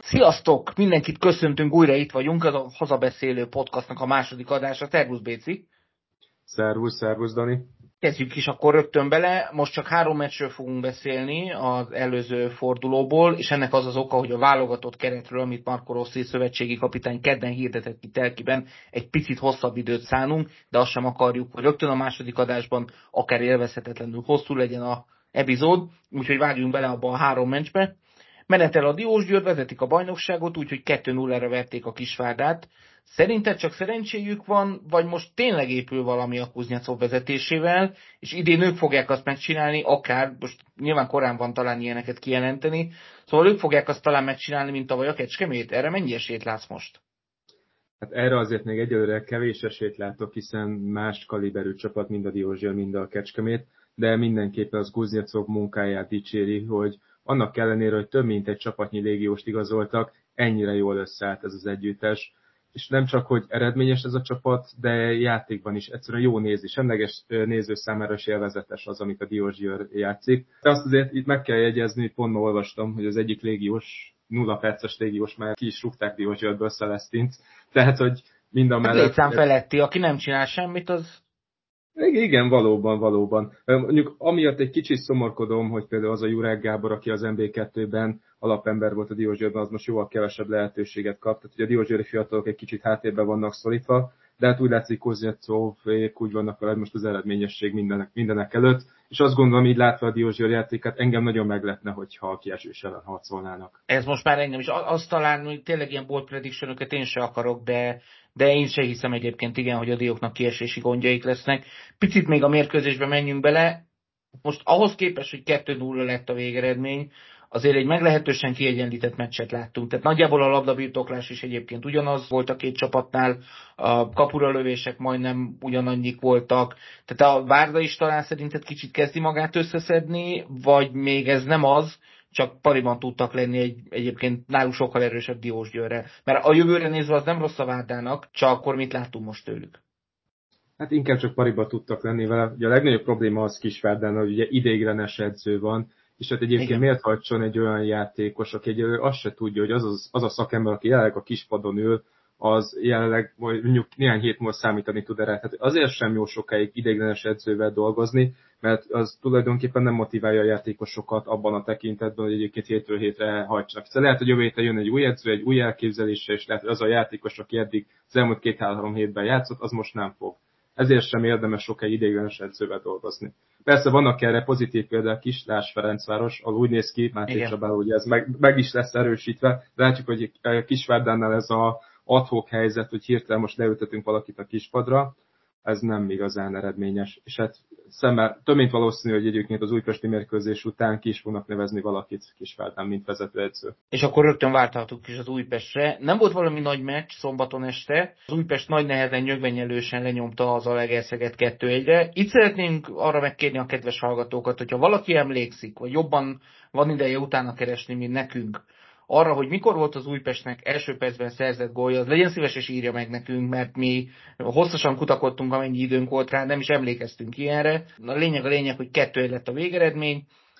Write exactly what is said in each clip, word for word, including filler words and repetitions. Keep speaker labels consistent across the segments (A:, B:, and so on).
A: Sziasztok! Mindenkit köszöntünk, újra itt vagyunk, az a Hazabeszélő podcastnak a második adása. Szervusz, Béci!
B: Szervusz, szervusz, Dani!
A: Kezdjük is akkor rögtön bele. Most csak három meccsről fogunk beszélni az előző fordulóból, és ennek az az oka, hogy a válogatott keretről, amit Marco Rossi szövetségi kapitány kedden hirdetett ki Telkiben, egy picit hosszabb időt szánunk, de azt sem akarjuk, hogy rögtön a második adásban akár élvezhetetlenül hosszú legyen a epizód, úgyhogy vágjunk bele abba a három meccsbe. Menetel a Diósgyőr, vezetik a bajnokságot, úgyhogy kettő nullára verték a Kisvárdát. Szerinted csak szerencséjük van, vagy most tényleg épül valami a Kuznyacov vezetésével, és idén ők fogják azt megcsinálni, akár, most nyilván korán van talán ilyeneket kijelenteni, szóval ők fogják azt talán megcsinálni, mint tavaly a Kecskemét? Erre mennyi esélyt látsz most?
B: Hát erre azért még egyelőre kevés esélyt látok, hiszen más kaliberű csapat, mind a Diósgyőr, mind a Kecskemét, de mindenképpen az Kuznyacov munkáját dicséri, hogy annak ellenére, hogy több mint egy csapatnyi légióst igazoltak, ennyire jól összeállt ez az együttes. És nem csak, hogy eredményes ez a csapat, de játékban is egyszerűen jó nézni. Semleges néző számára is élvezetes az, amit a Diósgyőr játszik. De azt azért itt meg kell jegyezni, hogy pont ma olvastam, hogy az egyik légiós, nulla perces légiós már ki is rúgták Diósgyőrből, Celestint. Tehát, hogy mind a mellett...
A: Létszám feletti, aki nem csinál semmit, az...
B: Igen, valóban, valóban. Mondjuk amiatt egy kicsit szomorkodom, hogy például az a Jurák Gábor, aki az em bé kettőben alapember volt a Diósgyőrben, az most jóval kevesebb lehetőséget kap. Tehát, hogy a diósgyőri fiatalok egy kicsit háttérben vannak szorítva, de hát úgy látszik, Kuznyacovék úgy vannak vele, most az eredményesség mindenek, mindenek előtt. És azt gondolom, így látva a Diósgyőr játékát, engem nagyon meglepne, hogyha a kiesés ellen harcolnának.
A: Ez most már engem is. Azt talán, hogy tényleg ilyen bold prediction-öket én se akarok, de, de én se hiszem egyébként, igen, hogy a dióknak kiesési gondjaik lesznek. Picit még a mérkőzésbe menjünk bele. Most ahhoz képest, hogy kettő nulla lett a végeredmény, azért egy meglehetősen kiegyenlített meccset láttunk. Tehát nagyjából a labdabirtoklás is egyébként ugyanaz volt a két csapatnál, a kapura lövések majdnem ugyanannyik voltak. Tehát a Várda is talán szerinted kicsit kezdi magát összeszedni, vagy még ez nem az, csak pariban tudtak lenni egy egyébként náluk sokkal erősebb Diósgyőrrel. Mert a jövőre nézve az nem rossz a Várdának, csak akkor mit látunk most tőlük?
B: Hát inkább csak pariba tudtak lenni vele. Ugye a legnagyobb probléma az Kisvárdán, hogy ugye ideiglenes edző van, és hát egyébként igen, miért hagyson egy olyan játékos, aki egyelőre azt se tudja, hogy az, az, az a szakember, aki jelenleg a kispadon ül, az jelenleg mondjuk néhány hét múlva számítani tud erre. Tehát azért sem jó sokáig ideiglenes edzővel dolgozni, mert az tulajdonképpen nem motiválja a játékosokat abban a tekintetben, hogy egyébként hétről hétre hajtsanak. Szóval lehet, hogy jövő héten jön egy új edző, egy új elképzelése, és lehet, hogy az a játékos, aki eddig az elmúlt két-három hétben játszott, az most nem fog. Ezért sem érdemes sokáig ideiglenes edzővel dolgozni. Persze vannak erre pozitív példák is, Lás Ferencváros, ahol úgy néz ki, Máté Csabával ugye ez meg, meg is lesz erősítve, de látjuk, hogy Kisvárdánál ez a ad-hoc helyzet, hogy hirtelen most leültetünk valakit a kispadra, ez nem igazán eredményes. És hát szemmel, több mint valószínű, hogy egyébként az újpesti mérkőzés után ki is fognak nevezni valakit Kisvárdán, mint vezetőedző.
A: És akkor rögtön vártatok is az Újpestre. Nem volt valami nagy meccs szombaton este. Az Újpest nagy nehezen nyögvenyelősen lenyomta az Alegerszeget kettő egyre. Itt szeretnénk arra megkérni a kedves hallgatókat, hogyha valaki emlékszik, vagy jobban van ideje utána keresni, mint nekünk, arra, hogy mikor volt az Újpestnek első percben szerzett gólja, az legyen szíves és írja meg nekünk, mert mi hosszasan kutakodtunk, amennyi időnk volt rá, nem is emlékeztünk ilyenre. A lényeg a lényeg, hogy kettő egy lett a végeredmény.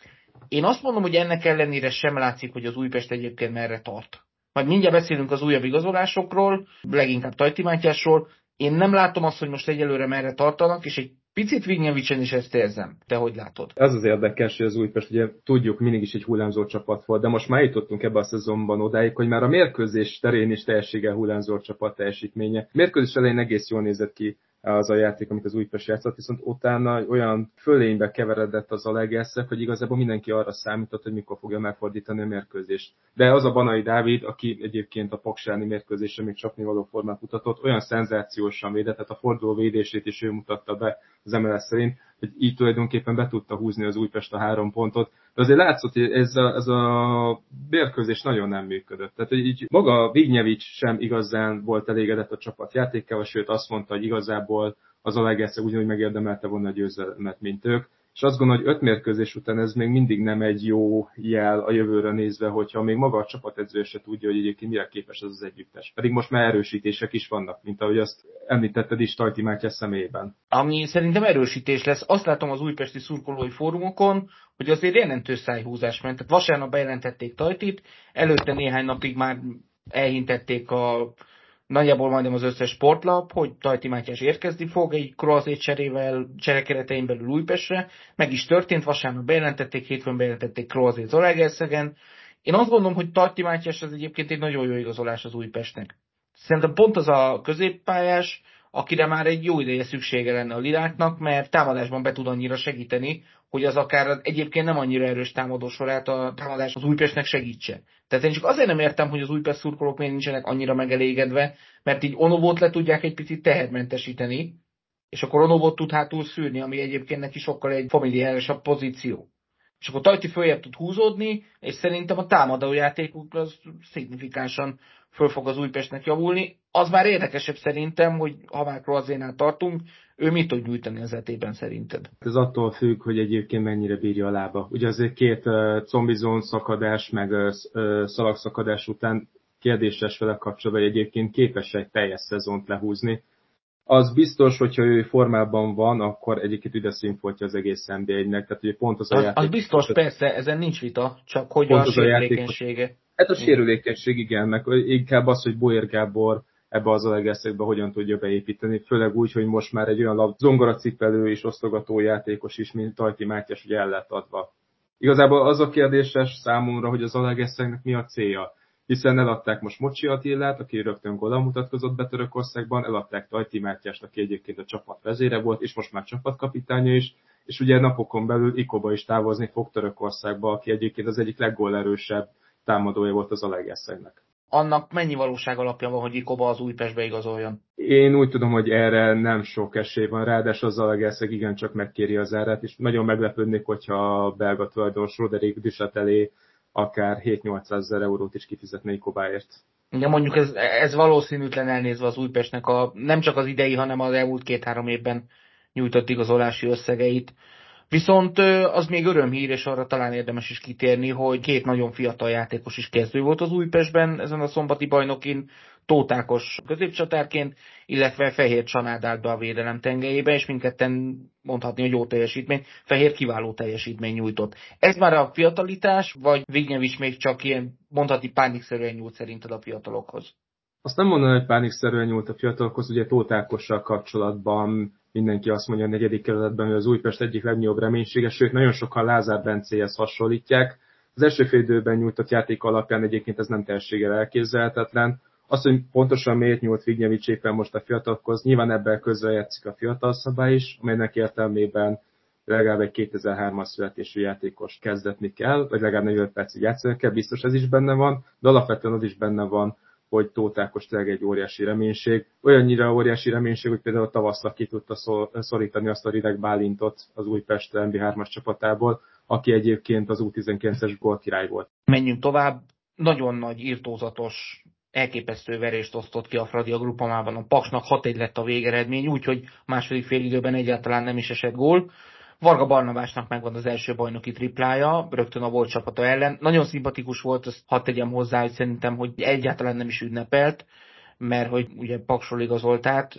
A: Én azt mondom, hogy ennek ellenére sem látszik, hogy az Újpest egyébként merre tart. Majd mindjárt beszélünk az újabb igazolásokról, leginkább Tajti Mátyásról. Én nem látom azt, hogy most egyelőre merre tartanak, és egy picit Vignjevicsen is ezt érzem. Te hogy látod?
B: Ez az érdekes, hogy az Újpest, ugye tudjuk, mindig is egy hullámzó csapat volt, de most már jutottunk ebbe a szezonban odáig, hogy már a mérkőzés terén is teljességgel hullámzó csapat teljesítménye. Mérkőzés elején egész jól nézett ki az a játék, amit az Újpest játszott, viszont utána olyan fölénybe keveredett az Alegerszeg, hogy igazából mindenki arra számított, hogy mikor fogja megfordítani a mérkőzést. De az a Banai Dávid, aki egyébként a Paksáni mérkőzésre még csapnivaló formát mutatott, olyan szenzációsan védett, tehát a forduló védését is ő mutatta be az em el es szerint, hogy így tulajdonképpen be tudta húzni az Újpest a három pontot. De azért látszott, hogy ez a, ez a mérkőzés nagyon nem működött. Tehát hogy így maga Vignyevics sem igazán volt elégedett a csapat játékával, sőt azt mondta, hogy igazából az Alegerszeg ugyanúgy megérdemelte volna a győzelmet, mint ők. és azt gondolom, hogy öt mérkőzés után ez még mindig nem egy jó jel a jövőre nézve, hogyha még maga a csapatedző se tudja, hogy egyébként mire képes az az együttes. Pedig most már erősítések is vannak, mint ahogy azt említetted is Tajti Mátyás személyében.
A: Ami szerintem erősítés lesz. Azt látom az újpesti szurkolói fórumokon, hogy azért jelentős szájhúzás ment. Tehát vasárnap bejelentették Tajtit, előtte néhány napig már elhintették a nagyjából majdnem az összes sportlap, hogy Tajti Mátyás érkezni fog egy Kroazét cserével, cserekeretein belül Újpestre. Meg is történt, vasárnap bejelentették, hétfőn bejelentették Kroazét Zalaegerszegen. Én azt gondolom, hogy Tajti Mátyás az egyébként egy nagyon jó igazolás az Újpestnek. Szerintem pont az a középpályás, akire már egy jó ideje szüksége lenne a Liláknak, mert támadásban be tud annyira segíteni, hogy az akár egyébként nem annyira erős támadó sorát a támadás az Újpestnek segítse. Tehát én csak azért nem értem, hogy az Újpest szurkolók miért nincsenek annyira megelégedve, mert így Onovót le tudják egy picit tehermentesíteni, és akkor Onovót tud hátul szűrni, ami egyébként neki sokkal egy familiárisabb pozíció. És akkor Tajti följebb tud húzódni, és szerintem a támadójátékuk az szignifikánsan föl fog az Újpestnek javulni. Az már érdekesebb szerintem, hogy ha már Kroazénál tartunk, ő mit tud nyújtani az etében szerinted?
B: Ez attól függ, hogy egyébként mennyire bírja a lába. Ugye azért két uh, combizón szakadás, meg uh, szalagszakadás után kérdéses vele kapcsolatban, hogy egyébként képes egy teljes szezont lehúzni. Az biztos, hogyha ő formában van, akkor egyébként üde színfoltja az egész en bé egy-nek. Tehát ugye pont az a
A: az,
B: játék...
A: Az biztos, persze, ezen nincs vita, csak hogy a sérülékenysége.
B: Hát a sérülékenység, igen, meg inkább az, hogy Bolyár Gábor ebbe az Zalaegerszegbe hogyan tudja beépíteni, főleg úgy, hogy most már egy olyan zongoracipelő és osztogató játékos is, mint Tajti Mátyás, ugye el lett adva. Igazából az a kérdéses számomra, hogy az Zalaegerszegnek mi a célja. Hiszen eladták most Mocsi Attilát, aki rögtön góllal mutatkozott be Törökországban, eladták Tajti Mátyást, aki egyébként a csapat vezére volt, és most már csapatkapitánya is, és ugye napokon belül Ikoba is távozni fog Törökországba, aki egyébként az egyik leggólerősebb támadója volt az Zalaegerszegnek.
A: Annak mennyi valóság alapja van, hogy Ikoba az Újpestbe igazoljon?
B: Én úgy tudom, hogy erre nem sok esély van, ráadásul az Zalaegerszeg igencsak megkéri az árát, és nagyon meglepődnék, hogyha a belga tulajdonos Roderick Duchatelet akár hét-nyolcszázezer eurót is kifizetne Ikobáért.
A: Ja, mondjuk ez, ez valószínűtlen elnézve az Újpestnek a, nem csak az idei, hanem az elmúlt két-három évben nyújtott igazolási összegeit. Viszont az még örömhír, és arra talán érdemes is kitérni, hogy két nagyon fiatal játékos is kezdő volt az Újpestben ezen a szombati bajnokin, Tóth Ákos középcsatárként, illetve Fehér Csanád állt be a védelem tengelyébe, és mindketten mondhatni, hogy jó teljesítmény, Fehér kiváló teljesítmény nyújtott. Ez már a fiatalitás, vagy Vignyevics még csak ilyen mondhatni pánikszerűen nyújt szerinted a fiatalokhoz?
B: Azt nem mondanám, hogy pánikszerűen nyúlt a fiatalokhoz, ugye Tóth Ákossal kapcsolatban mindenki azt mondja a negyedik kerületben, hogy az Újpest egyik legnagyobb reménysége, sőt nagyon sokan Lázár Bencéhez hasonlítják. Az első fél időben nyújtott játék alapján egyébként ez nem teljességgel elképzelhetetlen. Az, hogy pontosan miért nyúlt Vignyevics éppen most a fiatalokhoz, nyilván ebben közrejátszik a fiatal szabály is, amelynek értelmében legalább egy kétezer-hármas születésű játékos kezdetni kell, vagy legalább negyvenöt percig játszani kell, biztos ez is benne van, de alapvetően az is benne van, hogy Tóth Ákos tényleg egy óriási reménység. Olyannyira óriási reménység, hogy például tavasszal ki tudta szorítani azt a Rideg Bálintot az Újpest en bé hármas csapatából, aki egyébként az U tizenkilences gólkirály volt.
A: Menjünk tovább. Nagyon nagy, irtózatos, elképesztő verést osztott ki a Fradi a grupamában. A Paksnak hat egy lett a végeredmény, úgyhogy második fél időben egyáltalán nem is esett gól. Varga Barnabásnak megvan az első bajnoki triplája, rögtön a volt csapata ellen. Nagyon szimpatikus volt, azt hadd tegyem hozzá, hogy szerintem, hogy egyáltalán nem is ünnepelt, mert hogy ugye Paksról igazolt át.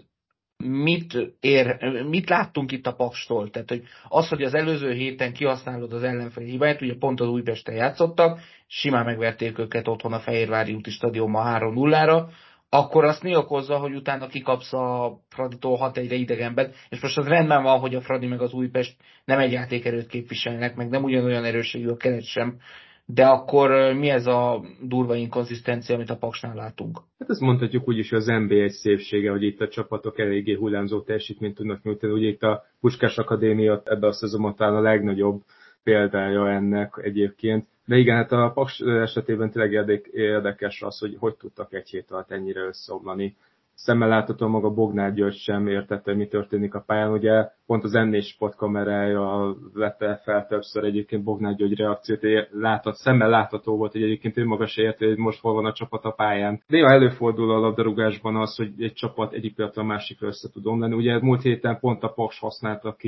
A: Mit, ér, mit láttunk itt a Pakstól? Tehát, hogy az, hogy az előző héten kihasználod az ellenfél hibáját, ugye pont az Újpesten játszottak, simán megverték őket otthon a Fehérvári úti stadionban három nullára, akkor azt mi okozza, hogy utána kikapsz a Fraditól hat egyre idegenben, és most az rendben van, hogy a Fradi meg az Újpest nem egy játékerőt képviselnek, meg nem ugyanolyan erősségű a keret sem, de akkor mi ez a durva inkonzisztencia, amit a Paksnál látunk?
B: Hát ezt mondhatjuk úgy is, hogy az en bé egy szépsége, hogy itt a csapatok eléggé hullámzó teljesítményt tudnak nyújtani. Ugye itt a Puskás Akadémia ebben a szezonban talán a legnagyobb példája ennek egyébként. De igen, hát a Paks esetében tényleg érdekes az, hogy hogy tudtak egy hét alatt ennyire összeomlani. Szemmel látható maga Bognár György sem értette, mi történik a pályán. Ugye pont az en négy sportkamerája vette fel többször egyébként Bognár György reakciót, láthat, szemmel látható volt, hogy egyébként ő maga se érti, hogy most hol van a csapat a pályán. Néha előfordul a labdarúgásban az, hogy egy csapat egyik pillanatra a másikra össze tud omlani. Ugye múlt héten pont a Paks használta ki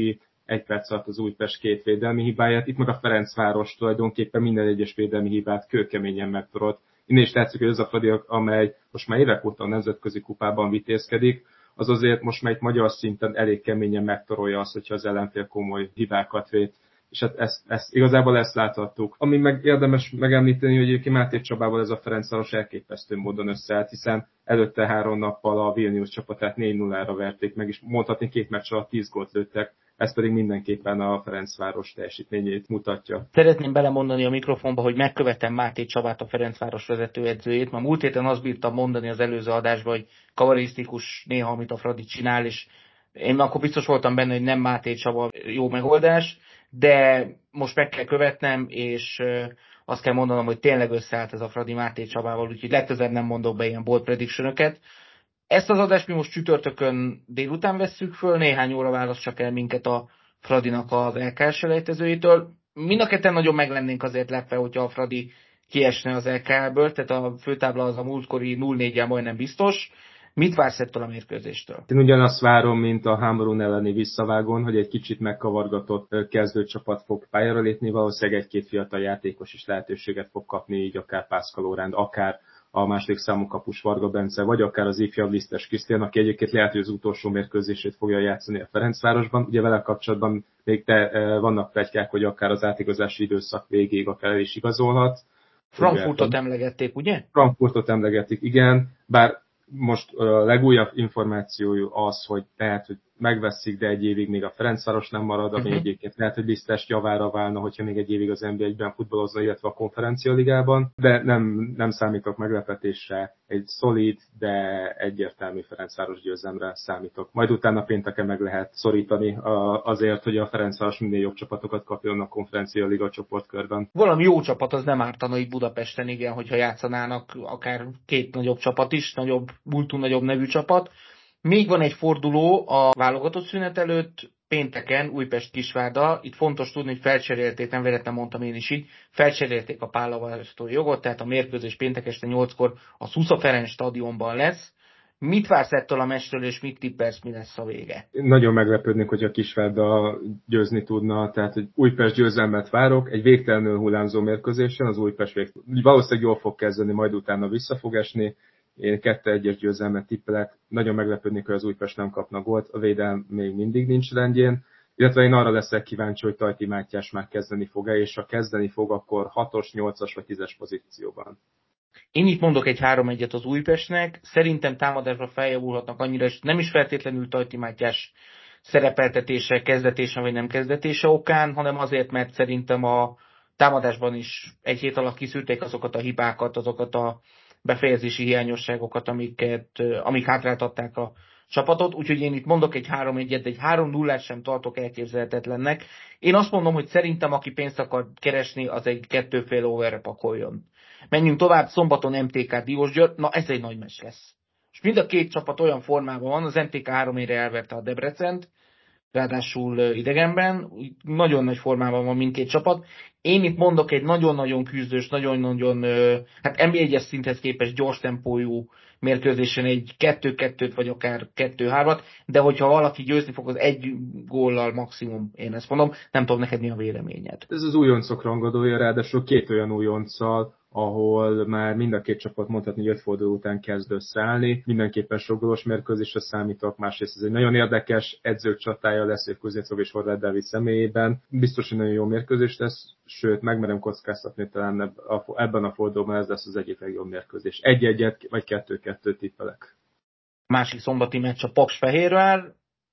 B: egy perc alatt az Újpest két védelmi hibáját, itt meg a Ferencváros tulajdonképpen minden egyes védelmi hibát kőkeményen megtorolt. Innen is látszik, hogy az a Fradi, amely most már évek óta a nemzetközi kupában vitézkedik, az azért most már itt magyar szinten elég keményen megtorolja azt, hogyha az ellenfél komoly hibákat vét. És hát ezt, ezt, igazából ezt láthattuk. Ami meg érdemes megemlíteni, hogy egyébként Máté Csabával ez a Ferencváros elképesztő módon összeállt, hiszen előtte három nappal a Vilnius csapatát négy nullára verték meg, és mondhatni két meccs alatt tíz gólt lőttek. Ez pedig mindenképpen a Ferencváros teljesítményét mutatja.
A: Szeretném belemondani a mikrofonba, hogy megkövetem Máté Csabát, a Ferencváros vezetőedzőjét. Ma múlt héten azt bírtam mondani az előző adásban, hogy kavarisztikus néha, amit a Fradi csinál, és én akkor biztos voltam benne, hogy nem Máté Csaba jó megoldás, de most meg kell követnem, és azt kell mondanom, hogy tényleg összeállt ez a Fradi Máté Csabával, úgyhogy legközelebb nem mondok be ilyen bold prediction-öket. Ezt az adást mi most csütörtökön délután vesszük föl, néhány óra választ csak el minket a Fradinak az el ká es-selejtezőjétől. Mind a ketten nagyon meg lennénk azért lepve, hogyha a Fradi kiesne az el ká el-ből, tehát a főtábla az a múltkori nulla négyel majdnem biztos. Mit vársz ettől a mérkőzéstől?
B: Én ugyanazt várom, mint a Hamrun elleni visszavágón, hogy egy kicsit megkavargatott kezdőcsapat fog pályára lépni, valószínűleg egy-két fiatal játékos is lehetőséget fog kapni, így akár Pászkal Óránd, akár a második számú kapus Varga Bence, vagy akár az ifjabb Lisztes Krisztián, aki egyébként lehet, hogy az utolsó mérkőzését fogja játszani a Ferencvárosban. Ugye vele kapcsolatban még te, vannak pletykák, hogy akár az átigazási időszak végéig akár el is igazolhat.
A: Frankfurtot emlegették, ugye?
B: Frankfurtot emlegetik, igen, bár most a legújabb információ az, hogy lehet, hogy megveszik, de egy évig még a Ferencváros nem marad, ami uh-huh. egyébként lehet, hogy Lisztes javára válna, hogyha még egy évig az en bé egyben futballozna, illetve a Konferencia Ligában, de nem, nem számítok meglepetésre, egy szolid, de egyértelmű Ferencváros győzelemre számítok. Majd utána pénteken meg lehet szorítani azért, hogy a Ferencváros minél jobb csapatokat kapjon a Konferencia Liga csoportkörben.
A: Valami jó csapat az nem ártana itt Budapesten, igen, hogyha játszanának akár két nagyobb csapat is, nagyobb, múltú nagyobb nevű csapat. Még van egy forduló a válogatott szünet előtt, pénteken Újpest-Kisvárda. Itt fontos tudni, hogy felcserélték, nem véletlen mondtam én is így, felcserélték a pályaválasztói jogot, tehát a mérkőzés péntek este nyolckor a Szusza Ferenc stadionban lesz. Mit vársz ettől a meccsről, és mit tippelsz, mi lesz a vége?
B: Nagyon meglepődnék, hogy a Kisvárda győzni tudna, tehát hogy Újpest győzelmet várok. Egy végtelenül hullámzó mérkőzésen az Újpest vég... valószínűleg jól fog kezdeni, majd utána vissza fog esni. Én kettő egyes győzelmet tippelek. Nagyon meglepődnék, hogy az Újpest nem kapna gólt. A védelem még mindig nincs rendjén. Illetve én arra leszek kíváncsi, hogy Tajti Mátyás már kezdeni fog-e, és ha kezdeni fog, akkor hatos, nyolcas vagy tízes pozícióban.
A: Én itt mondok egy három egyet az Újpestnek. Szerintem támadásra feljavulhatnak annyira, és nem is feltétlenül Tajti Mátyás szerepeltetése, kezdetése vagy nem kezdetése okán, hanem azért, mert szerintem a támadásban is egy hét alatt kiszűrték azokat a hibákat, azokat a befejezési hiányosságokat, amiket, amik hátráltatták a csapatot, úgyhogy én itt mondok egy három egyet, egy három nullát sem tartok elképzelhetetlennek. Én azt mondom, hogy szerintem aki pénzt akar keresni, az egy kettő fél overre pakoljon. Menjünk tovább, szombaton em té ká Diósgyőr, na ez egy nagy meccs lesz. És mind a két csapat olyan formában van, az em té ká három ére elverte a Debrecent, ráadásul idegenben, nagyon nagy formában van mindkét csapat. Én itt mondok egy nagyon-nagyon küzdős, nagyon-nagyon, hát en bé egyes szinthez képest gyors tempójú mérkőzésen egy kettő kettőt, vagy akár kettő hármat, de hogyha valaki győzni fog, az egy góllal maximum, én ezt mondom, nem tudom neked mi a véleményed.
B: Ez az újoncok rangadója, ráadásul két olyan újonccal, ahol már mind a két csapat mondhatni, hogy öt forduló után kezd összeállni. Mindenképpen sok gólos mérkőzésre számítok, másrészt ez egy nagyon érdekes edzők csatája lesz, hogy Kuznecov és Horváth Dávid személyében. Biztos, hogy nagyon jó mérkőzés lesz, sőt, megmerem kockáztatni, talán ebben a fordulóban ez lesz az egyik legjobb mérkőzés. Egy-egyet vagy kettő-kettőt tippelek.
A: Másik szombati meccs a Paks-Fehérvár.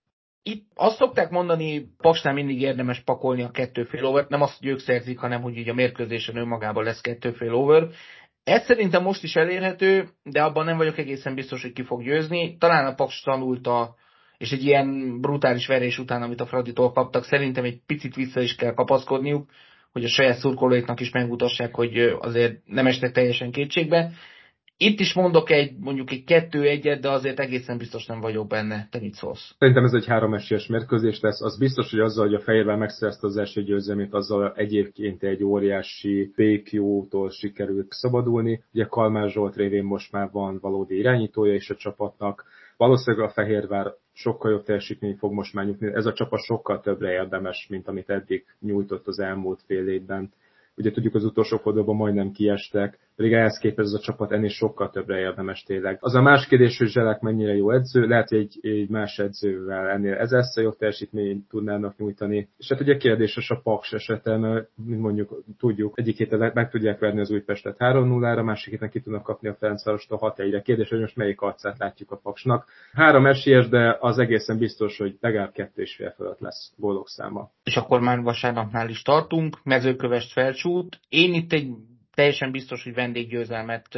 A: Itt azt szokták mondani, Paksnál mindig érdemes pakolni a kettő fél overt, nem azt, hogy ők szerzik, hanem hogy így a mérkőzésen önmagában lesz kettő fél over. Ez szerintem most is elérhető, de abban nem vagyok egészen biztos, hogy ki fog győzni. Talán a Paks tanulta, és egy ilyen brutális verés után, amit a Fraditól kaptak, szerintem egy picit vissza is kell kapaszkodniuk, hogy a saját szurkolóiknak is megmutassák, hogy azért nem estek teljesen kétségbe. Itt is mondok egy, mondjuk egy kettő egyet, de azért egészen biztos nem vagyok benne. Te mit szólsz?
B: Szerintem ez egy három esélyes mérkőzés lesz. Az biztos, hogy azzal, hogy a Fehérvár megszerezte az első győzelmét, azzal egyébként egy óriási bé kú tól sikerült szabadulni. Ugye Kalmár Zsolt révén most már van valódi irányítója is a csapatnak. Valószínűleg a Fehérvár sokkal jobb teljesítmény fog most már nyújtani. Ez a csapat sokkal többre érdemes, mint amit eddig nyújtott az elmúlt fél évben. Ugye tudjuk, az utolsó fordulóban majdnem kiestek, pedig ehhez képest ez a csapat ennél sokkal többre érdemes tényleg. Az a más kérdés, hogy Zselek mennyire jó edző, lehet, hogy egy, egy más edzővel ennél ezerszer jobb teljesítményt tudnának nyújtani. És hát ugye kérdéses a Paks esete, mert mondjuk tudjuk, egyik héten meg tudják verni az Újpestet három nullára, másik héten ki tudnak kapni a Ferencvárostól hat egyre. Kérdés, hogy most melyik arcát látjuk a Paksnak. Három esélyes, de az egészen biztos, hogy legalább kettő és fél fölött lesz gólok száma.
A: És akkor már vasárnapnál is tartunk, Mezőkövesd Felcsút. Én itt egy teljesen biztos, hogy vendéggyőzelmet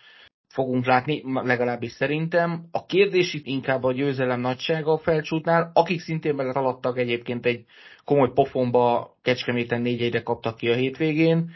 A: fogunk látni, legalábbis szerintem. A kérdés itt inkább a győzelem nagysága a Felcsútnál, akik szintén beletaladtak egyébként egy komoly pofonba, Kecskeméten négy egyre kaptak ki a hétvégén,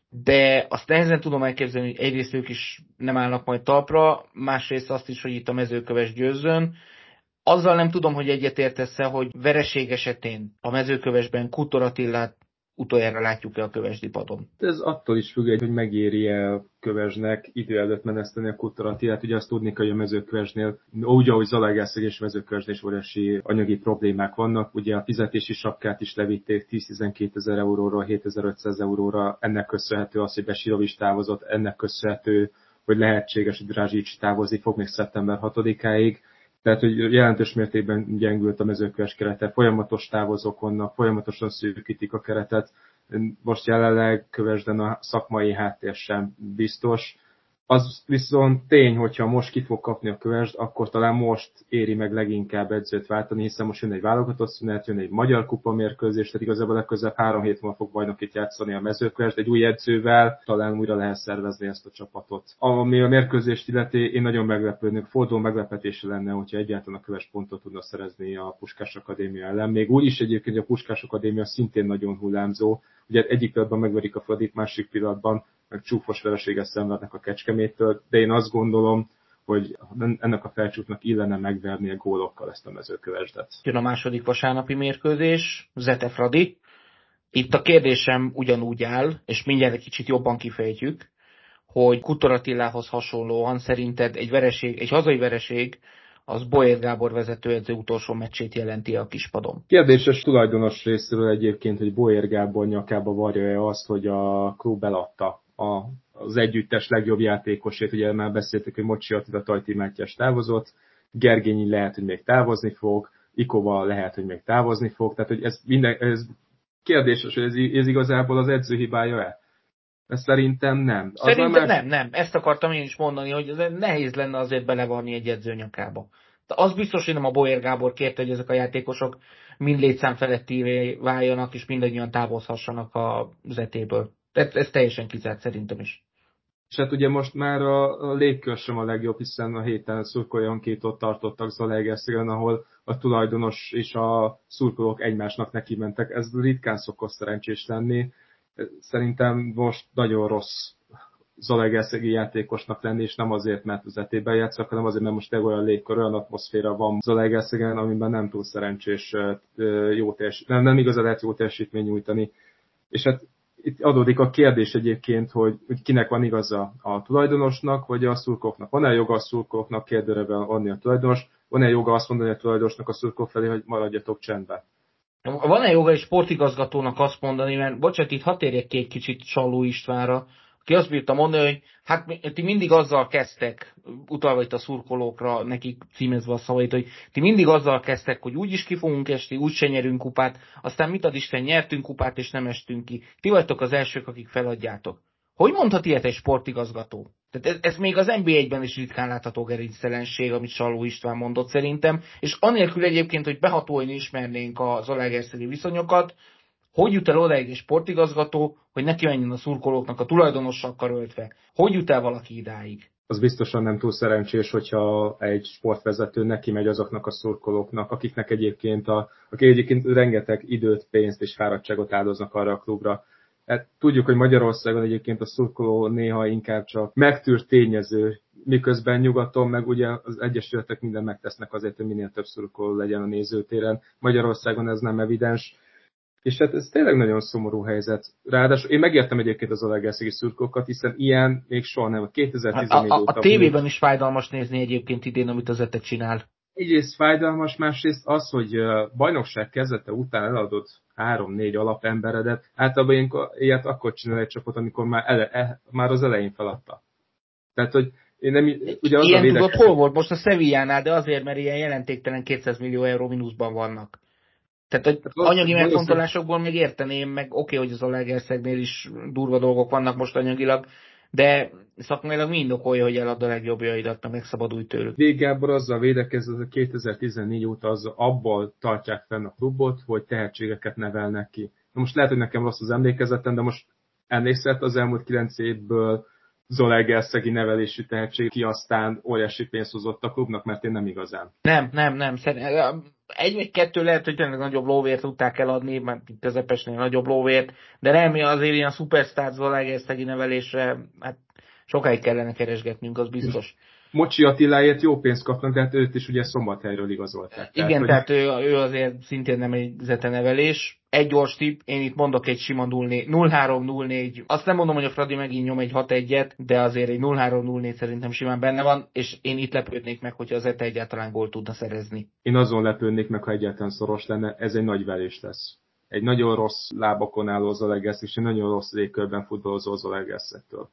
A: de azt nehezen tudom elképzelni, hogy egyrészt ők is nem állnak majd talpra, másrészt azt is, hogy itt a Mezőkövesd győzzön. Azzal nem tudom, hogy egyetértesz-e, hogy vereség esetén a Mezőkövesdben Kutor Attilát utoljára látjuk-e a kövesdi padon.
B: Ez attól is függ, hogy megéri-e Kövesdnek idő előtt meneszteni a Kutor Attilát. Ugye azt tudni, hogy a Mezőkövesdnél, úgy, ahogy Zalaegerszeg és Mezőkövesdnél is óriási anyagi problémák vannak. Ugye a fizetési sapkát is levitték tíz-tizenkét ezer euróról hétezer-ötszáz euróra. Ennek köszönhető az, hogy Besirovics távozott, ennek köszönhető, hogy lehetséges, hogy Drazsics távozni fog még szeptember hatodikáig. Tehát, hogy jelentős mértékben gyengült a Mezőkövesd kerete, folyamatos távozók vannak, folyamatosan szűkítik a keretet. Most jelenleg Kövesden a szakmai háttér sem biztos. Az viszont tény, hogyha most ki fog kapni a Kövesd, akkor talán most éri meg leginkább edzőt váltani, hiszen most jön egy válogatott szünet, jön egy magyar kupa mérkőzés, tehát igazából legközelebb három hét múlva fog bajnokit játszani a Mezőkövesd, egy új edzővel talán újra lehet szervezni ezt a csapatot. Ami a mérkőzést illeti, én nagyon meglepődnék, forduló meglepetése lenne, hogyha egyáltalán a Kövesd pontot tudna szerezni a Puskás Akadémia ellen. Még úgy is egyébként, hogy a Puskás Akadémia szintén nagyon hullámzó, ugye egyik pillanatban megverik a Fradit, másik pillanatban meg csúfos vereséget szenvednek a Kecskeméttől, de én azt gondolom, hogy ennek a Felcsútnak illene megvernie gólokkal ezt a Mezőkövesdet.
A: Jön a második vasárnapi mérkőzés, Zete Fradi. Itt a kérdésem ugyanúgy áll, és mindjárt egy kicsit jobban kifejtjük, hogy Kutor Attilához hasonlóan szerinted egy vereség, egy hazai vereség, az Boyer Gábor vezetőedző utolsó meccsét jelenti a kispadon.
B: Kérdéses tulajdonos részéről egyébként, hogy Boyer Gábor nyakába varja-e azt, hogy a klub eladta a, az együttes legjobb játékosét. Ugye már beszéltük, hogy Mocsi Attila, Tajti Mátyás távozott, Gergényi lehet, hogy még távozni fog, Ikova lehet, hogy még távozni fog, tehát hogy ez, minden, ez kérdéses, hogy ez, ez igazából az edző hibája-e? Ez szerintem nem.
A: Szerintem más... nem, nem. Ezt akartam én is mondani, hogy nehéz lenne azért belevarni egy edző nyakába. De az biztos, hogy nem a Boyer Gábor kérte, hogy ezek a játékosok mind létszám felettivé váljanak, és mindannyian távozhassanak a zetéből. Ez, ez teljesen kizárt szerintem is.
B: És hát ugye most már a, a légkör sem a legjobb, hiszen a héten szurkolóankétot tartottak Zalaegerszegen, ahol a tulajdonos és a szurkolók egymásnak neki mentek. Ez ritkán szokott szerencsés lenni. Szerintem most nagyon rossz zalaegerszegi játékosnak lenni, és nem azért, mert az etében játszak, hanem azért, mert most olyan légkör, olyan atmoszféra van Zalaegerszegen, amiben nem túl szerencsés jó teljesítmény, nem, nem igazán lehet jó teljesítmény nyújtani. És hát itt adódik a kérdés egyébként, hogy, hogy kinek van igaza, a tulajdonosnak, vagy a szurkolóknak. Van-e joga a szurkolóknak kérdőreben adni a tulajdonos? Van-e joga azt mondani a tulajdonosnak a szurkolók felé, hogy maradjatok csendben?
A: Van-e joga egy sportigazgatónak azt mondani, mert bocsánat, itt hadd térjek ki egy kicsit Salló Istvánra, aki azt bírta mondani, hogy hát ti mindig azzal kezdtek, utalva itt a szurkolókra, nekik címezve a szavait, hogy ti mindig azzal kezdtek, hogy úgy is ki fogunk esni, úgy se nyerünk kupát, aztán mit ad Isten, nyertünk kupát és nem estünk ki. Ti vagytok az elsők, akik feladjátok. Hogy mondhat ilyet egy sportigazgató? Tehát ez, ez még az en bé egyben is ritkán látható gerinctelenség, amit Salló István mondott szerintem, és anélkül egyébként, hogy behatóan ismernénk a zalaegerszegi viszonyokat, hogy jut el oda egy sportigazgató, hogy neki menjen a szurkolóknak a tulajdonossal karöltve? Hogy jut el valaki idáig?
B: Az biztosan nem túl szerencsés, hogyha egy sportvezető neki megy azoknak a szurkolóknak, akiknek egyébként, a, akik egyébként rengeteg időt, pénzt és fáradtságot áldoznak arra a klubra. Hát tudjuk, hogy Magyarországon egyébként a szurkoló néha inkább csak megtűrt tényező, miközben nyugaton meg ugye az egyesületek minden megtesznek azért, hogy minél több szurkoló legyen a nézőtéren. Magyarországon ez nem evidens. És hát ez tényleg nagyon szomorú helyzet. Ráadásul én megértem egyébként az zalaegerszegi szurkolókat, hiszen ilyen még soha nem. kétezer-tizennégy
A: a, a,
B: óta...
A: a tévében is fájdalmas nézni egyébként idén, amit az Zete csinál.
B: egyrészt fájdalmas, másrészt az, hogy bajnokság kezdete után eladott három-négy alapemberedet, általában ilyenkor, ilyet akkor csinál egy csapat, amikor már, ele, e, már az elején feladta. Tehát, hogy én nem, ugye az
A: ilyen
B: a védekezés...
A: tudod, hol volt most a Sevillánál, de azért, mert ilyen jelentéktelen kétszáz millió euró mínuszban vannak. Tehát, hogy
B: hát
A: anyagi
B: valószínűleg...
A: megfontolásokból még érteném, meg oké, okay, hogy az Zalaegerszegnél is durva dolgok vannak most anyagilag, de szakmailag mind okolja, hogy elad a legjobbjaidat, meg megszabadulj tőlük.
B: Végjából azzal védekezett, hogy kétezer-tizennégy óta az, abból tartják fenn a klubot, hogy tehetségeket nevelnek ki. Na most lehet, hogy nekem rossz az emlékezetem, de most emlékszett az elmúlt kilenc évből Zalaegerszegi nevelésű tehetség, ki aztán óriási pénzt hozott a klubnak, mert én nem igazán.
A: Nem, nem, nem. Egy vagy kettő lehet, hogy tényleg nagyobb lóvért tudták eladni, mert közepesnél nagyobb lóvért, de nem, azért ilyen szupersztár Zalaegerszegi nevelésre, hát sokáig kellene keresgetnünk, az biztos.
B: Mocsi Attiláért jó pénzt kapnak, de hát őt is ugye Szombathelyről igazolták.
A: Igen, tehát, hogy... tehát ő, ő azért szintén nem egy zetenevelés. Egy gyors tipp, én itt mondok egy sima nulla három nulla négy. Azt nem mondom, hogy a Fradi megint nyom egy hat egyet, de azért egy nulla három nulla négy szerintem simán benne van, és én itt lepődnék meg, hogyha az Zete egyáltalán gólt tudna szerezni.
B: Én azon lepődnék meg, ha egyáltalán szoros lenne, ez egy nagy verés lesz. Egy nagyon rossz lábakon álló Zalaegerszeg, és egy nagyon rossz légkörben futballozó Zalaegerszektől.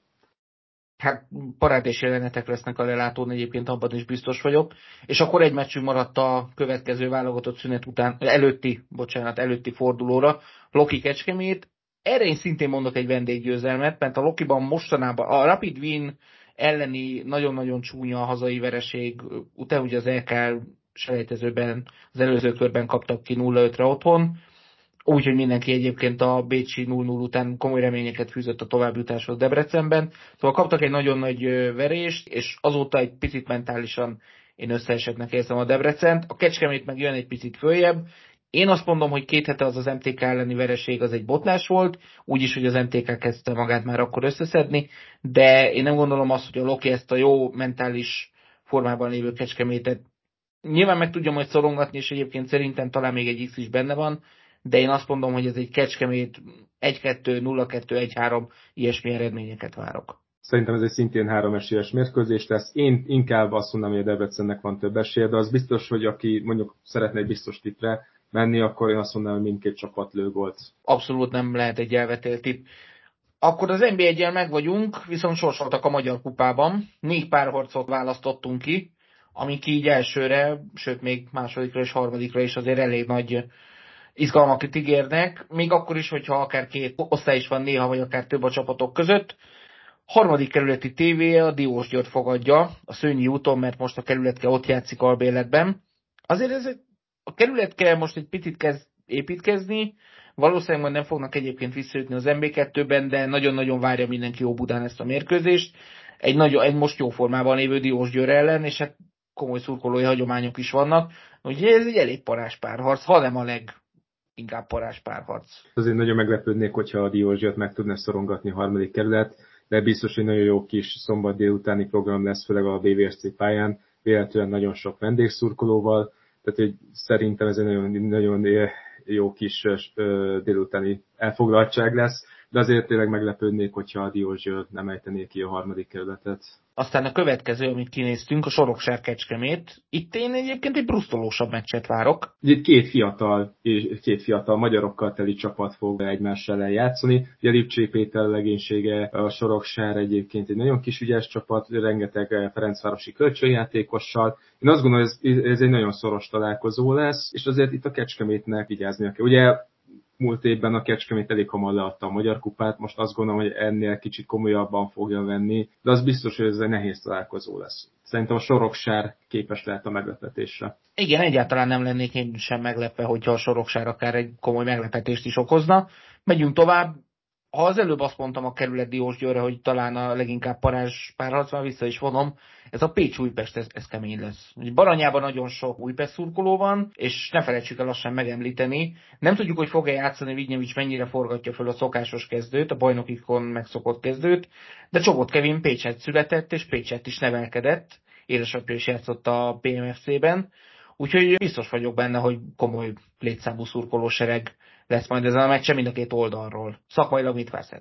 A: Hát parádés jelenetek lesznek a lelátón, egyébként abban is biztos vagyok. És akkor egy meccsünk maradt a következő válogatott szünet után, előtti, bocsánat, előtti fordulóra, Loki Kecskemét. Erre én szintén mondok egy vendéggyőzelmet, mert a Lokiban mostanában a Rapid Wien elleni nagyon-nagyon csúnya a hazai vereség, utána ugye az el ká el selejtezőben, az előző körben kaptak ki nulla ötre otthon, úgyhogy mindenki egyébként a bécsi nulla nulla után komoly reményeket fűzött a továbbjutáshoz Debrecenben. Szóval kaptak egy nagyon nagy verést, és azóta egy picit mentálisan én összeesettnek érzem a Debrecent. A Kecskemét meg jön egy picit följebb. Én azt mondom, hogy két hete az az em té ká elleni vereség az egy botlás volt, úgyis, hogy az em té ká kezdte magát már akkor összeszedni, de én nem gondolom azt, hogy a Loki ezt a jó mentális formában lévő Kecskemétet nyilván meg tudja majd szorongatni, és egyébként szerintem talán még egy X is benne van, de én azt mondom, hogy ez egy Kecskemét egy kettő, nulla kettő, egy három ilyesmi eredményeket várok.
B: Szerintem ez egy szintén három esélyes mérkőzés lesz. Én inkább azt mondom, hogy a Debrecennek van több esélye, de az biztos, hogy aki mondjuk szeretne egy biztos tippre menni, akkor én azt mondanám, hogy mindkét csapat lő gólt.
A: Abszolút nem lehet egy elvetélt tipp. Akkor az en bé egy-jel meg vagyunk, viszont sorsoltak a Magyar Kupában. Négy párharcot választottunk ki, amik így elsőre, sőt még másodikra és harmadikra is azért elég nagy izgalmakat ígérnek, még akkor is, hogyha akár két osztály is van néha, vagy akár több a csapatok között. Harmadik kerületi tévé a Diósgyőrt fogadja a Szőnyi úton, mert most a kerületke ott játszik albérletben. Azért ez a kerületke most egy picit kezd építkezni, valószínűleg majd nem fognak egyébként visszajutni az em bé kettőben, de nagyon-nagyon várja mindenki Óbudán ezt a mérkőzést. Egy, nagyon, egy most jó formában lévő Diósgyőr ellen, és hát komoly szurkolói hagyományok is vannak. Úgyhogy ez egy elég parás párharc, ha nem a leg inkább parás párharc.
B: Azért nagyon meglepődnék, hogyha a Diósgyőrt meg tudna szorongatni a harmadik kerület, de biztos, hogy nagyon jó kis szombat délutáni program lesz, főleg a bé vé es cé pályán, véletlenül nagyon sok vendégszurkolóval, tehát hogy szerintem ez egy nagyon, nagyon jó kis délutáni elfoglaltság lesz, de azért tényleg meglepődnék, hogyha a Diósgyőr nem ejtené ki a harmadik kerületet.
A: Aztán a következő, amit kinéztünk, a Sorokság Kecskemét. Itt én egyébként egy brusztolósabb meccset várok.
B: Itt két fiatal, két fiatal magyarokkal teli csapat fog egymással ellen játszani. Ugye Lipcsé Péter legénysége, a Soroksár egyébként egy nagyon kis ügyes csapat, rengeteg ferencvárosi kölcsönjátékossal. Én azt gondolom, hogy ez, ez egy nagyon szoros találkozó lesz, és azért itt a Kecskemétnek vigyáznia kell. Ugye múlt évben a Kecskemét elég hamar leadta a Magyar Kupát, most azt gondolom, hogy ennél kicsit komolyabban fogja venni, de az biztos, hogy ez egy nehéz találkozó lesz. Szerintem a Soroksár képes lehet a meglepetésre.
A: Igen, egyáltalán nem lennék én sem meglepve, hogyha a Soroksár akár egy komoly meglepetést is okozna. Megyünk tovább. Ha az előbb azt mondtam a kerület Diósgyőrre, hogy talán a leginkább parázs párharc, már vissza is vonom, ez a Pécs-Újpest, ez, ez kemény lesz. Baranyában nagyon sok Újpest szurkoló van, és ne felejtsük el lassan megemlíteni. Nem tudjuk, hogy fog-e játszani Vignyevics, mennyire forgatja föl a szokásos kezdőt, a bajnokikon megszokott kezdőt, de Csogott Kevin Pécset született, és Pécset is nevelkedett, édesapja is játszott a pé em ef cé-ben, úgyhogy biztos vagyok benne, hogy komoly létszámú szurkolósereg lesz majd ezen a meccsen mind a két oldalról. Szakmailag mit vársz ettől?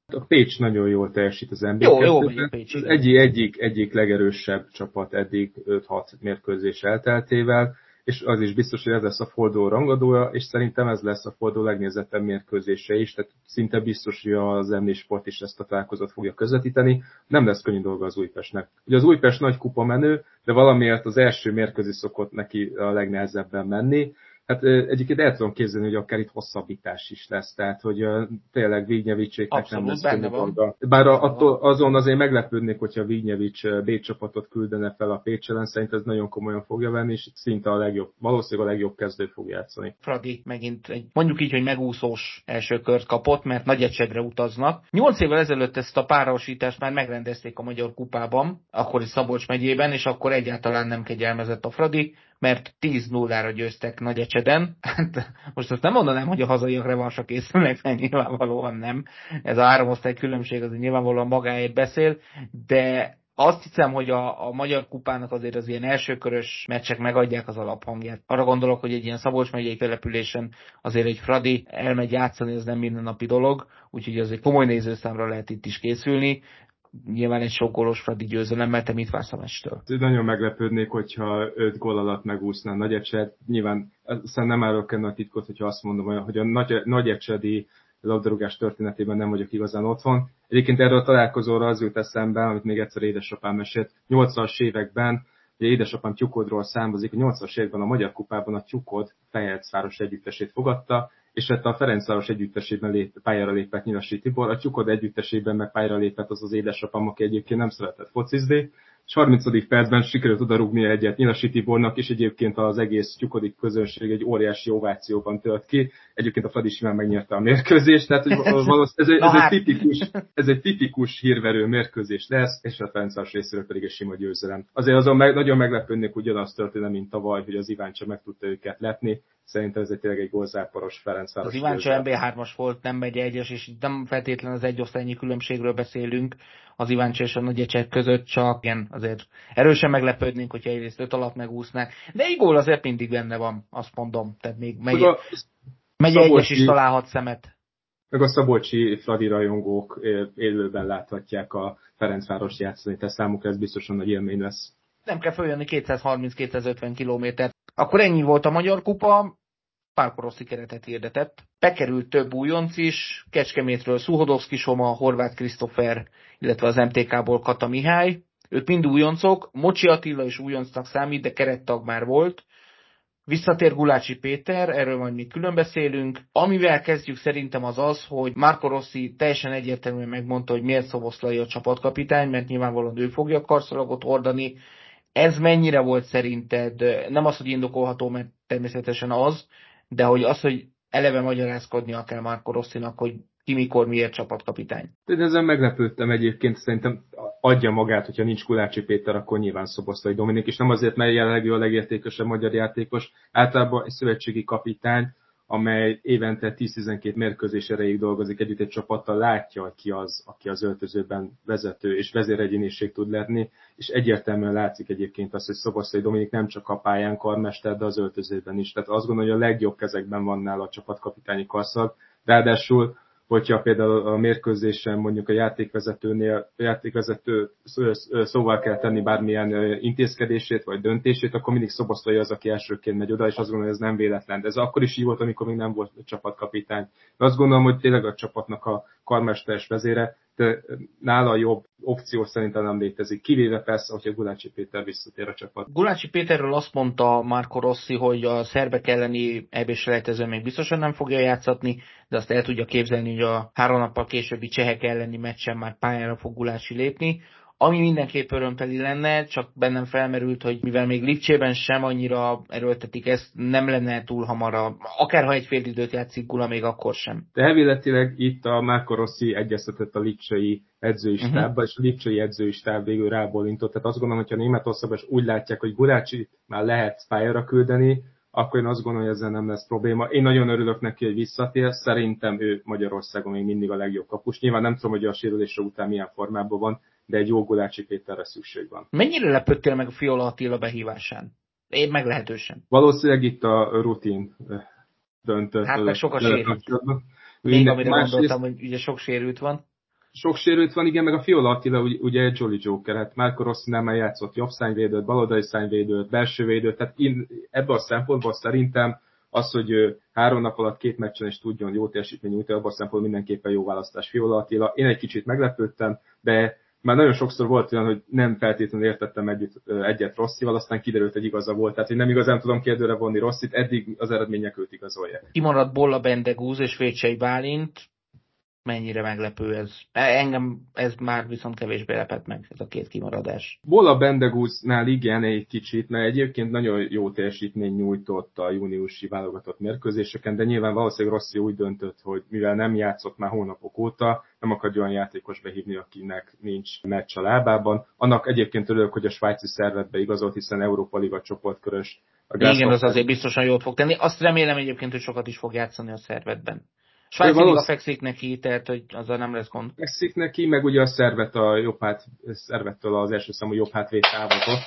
B: A Pécs nagyon jól teljesít az en bé
A: Jó, jó megy a Pécs,
B: az
A: igen.
B: egyik, egyik, egyik legerősebb csapat eddig öt-hat mérkőzés elteltével, és az is biztos, hogy ez lesz a forduló rangadója, és szerintem ez lesz a forduló legnézettebb mérkőzése is, tehát szinte biztos, hogy az em négy Sport is ezt a találkozót fogja közvetíteni. Nem lesz könnyű dolga az Újpestnek. Ugye az Újpest nagy kupa menő, de valamiért az első mérkőzés szokott neki a legnehezebben menni. Hát egyébként el tudom képzelni, hogy akár itt hosszabbítás is lesz, tehát hogy uh, tényleg Vignyevics-éknek nem lesz könnyű dolga. Bár a, attól, azon azért meglepődnék, hogyha Vignyevics B csapatot küldene fel a Pécs ellen, szerint ez nagyon komolyan fogja venni, és szinte a legjobb, valószínűleg a legjobb kezdő fog játszani.
A: Fradi megint egy, mondjuk így, hogy megúszós első kört kapott, mert Nagyecsedre utaznak. Nyolc évvel ezelőtt ezt a párosítást már megrendezték a Magyar Kupában, akkori Szabolcs megyében, és akkor egyáltalán nem kegyelmezett a Fradi, mert tíz nullára győztek Nagyecseden. Hát, most azt nem mondanám, hogy a hazaiak revansra készülnek, mert nyilvánvalóan nem. Ez a három osztály különbség azért nyilvánvalóan magáért beszél, de azt hiszem, hogy a, a Magyar Kupának azért az ilyen elsőkörös meccsek megadják az alaphangját. Arra gondolok, hogy egy ilyen Szabolcs megyei településen azért egy Fradi elmegy játszani, ez nem mindennapi dolog, úgyhogy azért komoly nézőszámra lehet itt is készülni. Nyilván egy sok gólos Fradi győzelemmel, te mit vársz a meccstől?
B: Nagyon meglepődnék, hogyha öt gól alatt megúszná Nagyecset. Nyilván aztán nem árulok el a titkot, hogyha azt mondom, hogy a nagyecsedi labdarúgás történetében nem vagyok igazán otthon. Egyébként erről a találkozóra az jut eszembe, amit még egyszer édesapám mesélt. nyolcvanas években, ugye édesapám Tyukodról származik, a nyolcvanas években a Magyar Kupában a Tyukod Ferencváros együttesét fogadta, és hát a Ferencváros együttesében lép, pályára lépett Nyilasi Tibor, a Tyukod együttesében meg pályára lépett az az édesapám, aki egyébként nem szeretett focizni, és harmincadik percben sikerült oda rúgni egyet Nyilasi Tibornak, és egyébként az egész tyukodik közönség egy óriási ovációban tört ki. Egyébként a Fradi simán megnyerte a mérkőzést, tehát hogy ez, egy, ez, egy tipikus, ez egy tipikus hírverő mérkőzés lesz, és a Ferencváros részéről pedig egy sima győzelem. Azért azon meg, nagyon meglepődnék, ugyanaz történne, mint tavaly, hogy az Iváncsa meg tudta őket lepni. Szerintem ez egy tényleg egy gólzáporos Ferencváros.
A: Az Iváncsa em bé hármas volt, nem megy egyes, és nem feltétlen az egyosztálynyi különbségről beszélünk az Iváncsa és a Nagyecsed között, csak igen, azért erősen meglepődnénk, hogyha egyrészt öt alatt megúsznák. De egy gól azért mindig benne van, azt mondom. Tehát még megy, a megy egyes is találhat szemet.
B: Meg a szabolcsi Fradi rajongók élőben láthatják a Ferencváros játszani, tehát számukra ez biztosan nagy élmény lesz.
A: Nem kell följönni kétszázharminc-kétszázötven kilométert. Akkor ennyi volt a Magyar Kupa. Márko Rossi keretet hirdetett. Bekerült több újonc is, Kecskemétről Szuhodowski Soma, Horváth Krisztófer, illetve az em té ká-ból Kata Mihály. Ők mind újoncok, Mocsi Attila is újoncnak számít, de kerettag már volt. Visszatér Gulácsi Péter, erről majd még külön beszélünk. Amivel kezdjük szerintem az az, hogy Márko Rossi teljesen egyértelműen megmondta, hogy miért Szoboszlai a csapatkapitány, mert nyilvánvalóan ő fogja a karszalagot hordani. Ez mennyire volt szerinted, nem az, hogy indokolható, mert természetesen az, de hogy az, hogy eleve magyarázkodnia kell Márko Rossinak, hogy ki mikor miért csapatkapitány.
B: De ezen meglepődtem egyébként, szerintem adja magát, hogyha nincs Gulácsi Péter, akkor nyilván Szoboszlai Dominik, és nem azért, mert jelenleg ő a legértékesebb magyar játékos, általában egy szövetségi kapitány, amely évente tíz-tizenkét mérkőzés erejéig dolgozik együtt egy csapattal, látja, hogy ki az, aki az öltözőben vezető és vezéregyéniség tud lenni, és egyértelműen látszik egyébként az, hogy Szoboszlai Dominik nem csak a pályán karmester, de az öltözőben is. Tehát azt gondolom, hogy a legjobb kezekben van nála a csapatkapitányi karszag. Ráadásul, hogyha például a mérkőzésen mondjuk a játékvezetőnél, a játékvezető szóval kell tenni bármilyen intézkedését vagy döntését, akkor mindig Szoboszlai az, aki elsőként megy oda, és azt gondolom, hogy ez nem véletlen. De ez akkor is így volt, amikor még nem volt csapatkapitány. De azt gondolom, hogy tényleg a csapatnak a karmesteres vezére, de nála jobb opció szerintem nem létezik. Kivéve persze, hogyha Gulácsi Péter visszatér a csapat.
A: Gulácsi Péterről azt mondta Márko Rossi, hogy a szerbek elleni é bé-selejtezőn még biztosan nem fogja játszatni, de azt el tudja képzelni, hogy a három nappal későbbi csehek elleni meccsen már pályára fog Gulácsi lépni. Ami mindenképp örömteli lenne, csak bennem felmerült, hogy mivel még Lipcsében sem annyira erőltetik ezt, nem lenne túl hamar, akárha egy fél időt játszik Gula, még akkor sem.
B: De elméletileg itt a Márko Rossi egyeztetett a lipcsei edzői stábba, uh-huh. és a lipcsei edzői stáb végül rábólintott. Tehát azt gondolom, hogyha Németországban is úgy látják, hogy Gulácsi már lehet pályára küldeni, akkor én azt gondolom, hogy ezzel nem lesz probléma. Én nagyon örülök neki, hogy visszatér. Szerintem ő Magyarországon még mindig a legjobb kapus. Nyilván nem tudom, hogy a sérülése után milyen formában van, de egy jó Gulácsi Péterre szükség van.
A: Mennyire lepődtél meg a Fiola Attila behívásán? Én meglehetősen.
B: Valószínűleg itt a rutin döntött.
A: Hát meg sok a sérült. Még amire másrészt... gondoltam, hogy ugye sok sérült van.
B: Sok sérült van, igen, meg a Fiola Attila ugye egy Jolly Joker, hát Marco Rossi már játszott jobb szárnyvédőt, baloldali szárnyvédőt, belső védőt, tehát ebből a szempontból szerintem az, hogy három nap alatt két meccsen is tudjon jó teljesítmény nyújtani, abban a szempontból mindenképpen jó választás Fiola Attila. Én egy kicsit meglepődtem, de már nagyon sokszor volt olyan, hogy nem feltétlenül értettem együtt, egyet Rossival, aztán kiderült, hogy igaza volt. Tehát, hogy nem igazán tudom kérdőre vonni Rossit, eddig az eredmények őt igazolják.
A: Kimaradt Bolla Bendegúz és Vécsei Bálint. Mennyire meglepő ez. Engem ez már viszont kevésbé lepett meg, ez a két kimaradás.
B: Bolla Bendegúznál igen egy kicsit, mert egyébként nagyon jó teljesítmény nyújtott a júniusi válogatott mérkőzéseken, de nyilván valószínűleg Rossi úgy döntött, hogy mivel nem játszott már hónapok óta, nem akar olyan játékos behívni, akinek nincs meccs a lábában. Annak egyébként örülök, hogy a svájci szervetbe igazolt, hiszen Európa Liga csoportkörös.
A: Igen, az azért biztosan jól fog tenni. Azt remélem egyébként, hogy sokat is fog játszani a szervetben. Svájci Liga fekszik neki, tehát hogy azzal nem lesz gond.
B: Fekszik neki, meg ugye a szervet a jobb hát, szervettől az első számú jobb hátvéd távozott.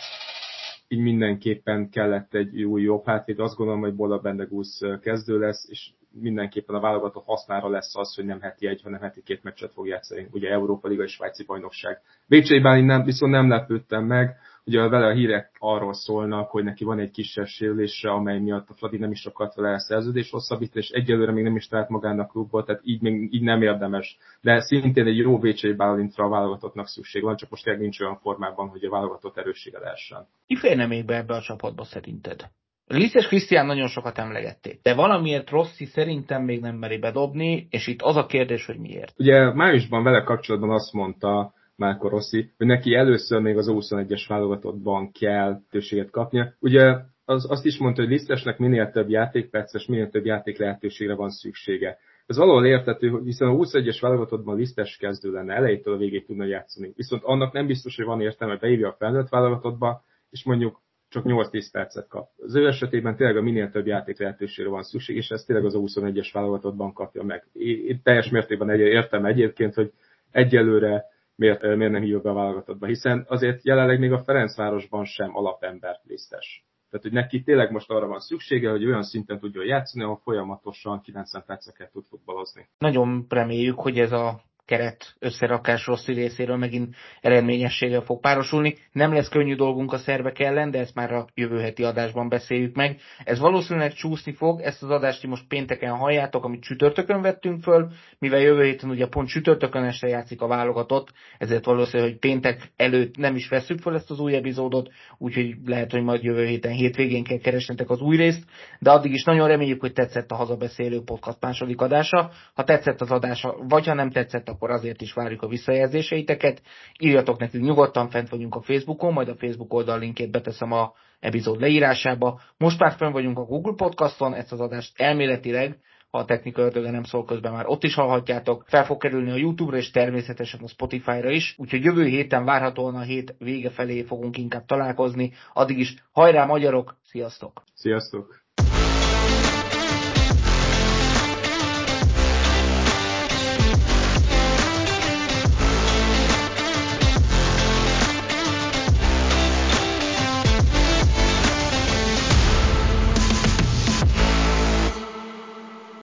B: Így mindenképpen kellett egy új jobb hátvéd. Azt gondolom, hogy Bolla Bendegúz kezdő lesz, és mindenképpen a válogatott hasznára lesz az, hogy nem heti egy, hanem heti két meccset fog játszani. Ugye Európa Liga és Svájci bajnokság. Vécsei Bálint nem, viszont nem lepődtem meg. Ugye vele a hírek arról szólnak, hogy neki van egy kisebb sérülése, amely miatt a Fradi nem is akart vele a szerződés hosszabbítani, és egyelőre még nem is talált magának klubból, tehát így, még, így nem érdemes. De szintén egy jó Vécsei Bálintra a válogatottnak szükség van, csak most tényleg nincs olyan formában, hogy a válogatott erőssége lehessen.
A: Ki férne még be ebbe a csapatba szerinted? Lisztes Krisztián nagyon sokat emlegették, de valamiért Rossi szerintem még nem meri bedobni, és itt az a kérdés, hogy miért.
B: Ugye májusban vele kapcsolatban azt mondta Marco Rossi, hogy neki először még az huszonegyes válogatottban kell lehetőséget kapnia. Ugye az, azt is mondta, hogy Lisztesnek minél több játékperces, minél több játék lehetőségre van szüksége. Ez valahol érthető, hiszen a huszonegyes válogatottban Lisztes kezdő lenne, elejétől a végéig tudna játszani. Viszont annak nem biztos, hogy van értelme, beívja a felnőtt válogatottba, és mondjuk csak nyolc-tíz percet kap. Az ő esetében tényleg a minél több játék lehetőségre van szükség, és ezt tényleg az a huszonegyes válogatottban kapja meg. Én teljes mértékben egy, értem egyébként, hogy egyelőre miért, miért nem hívja be a válogatottba, hiszen azért jelenleg még a Ferencvárosban sem alapember Lisztes. Tehát, hogy neki tényleg most arra van szüksége, hogy olyan szinten tudjon játszani, ahol folyamatosan kilencven perceket tud futballozni.
A: Nagyon reméljük, hogy ez a keret összerakás Rossi részéről megint eredményességgel fog párosulni. Nem lesz könnyű dolgunk a szerbek ellen, de ezt már a jövő heti adásban beszéljük meg. Ez valószínűleg csúszni fog, ezt az adást most pénteken halljátok, amit csütörtökön vettünk föl, mivel jövő héten ugye pont csütörtökön este játszik a válogatott, ezért valószínű, hogy péntek előtt nem is vesszük föl ezt az új epizódot, úgyhogy lehet, hogy majd jövő héten hétvégén kell keresnetek az új részt, de addig is nagyon reméljük, hogy tetszett a Hazabeszélő podcast második adása. Ha tetszett az adása, vagy ha nem tetszett, akkor azért is várjuk a visszajelzéseiteket. Írjatok nekünk nyugodtan, fent vagyunk a Facebookon, majd a Facebook oldal linkét beteszem a epizód leírásába. Most már fenn vagyunk a Google Podcaston, ezt az adást elméletileg, ha a technika ördöge nem szól közben, már ott is hallhatjátok. Fel fog kerülni a YouTube-ra és természetesen a Spotify-ra is, úgyhogy jövő héten várhatóan a hét vége felé fogunk inkább találkozni. Addig is hajrá magyarok, sziasztok!
B: Sziasztok!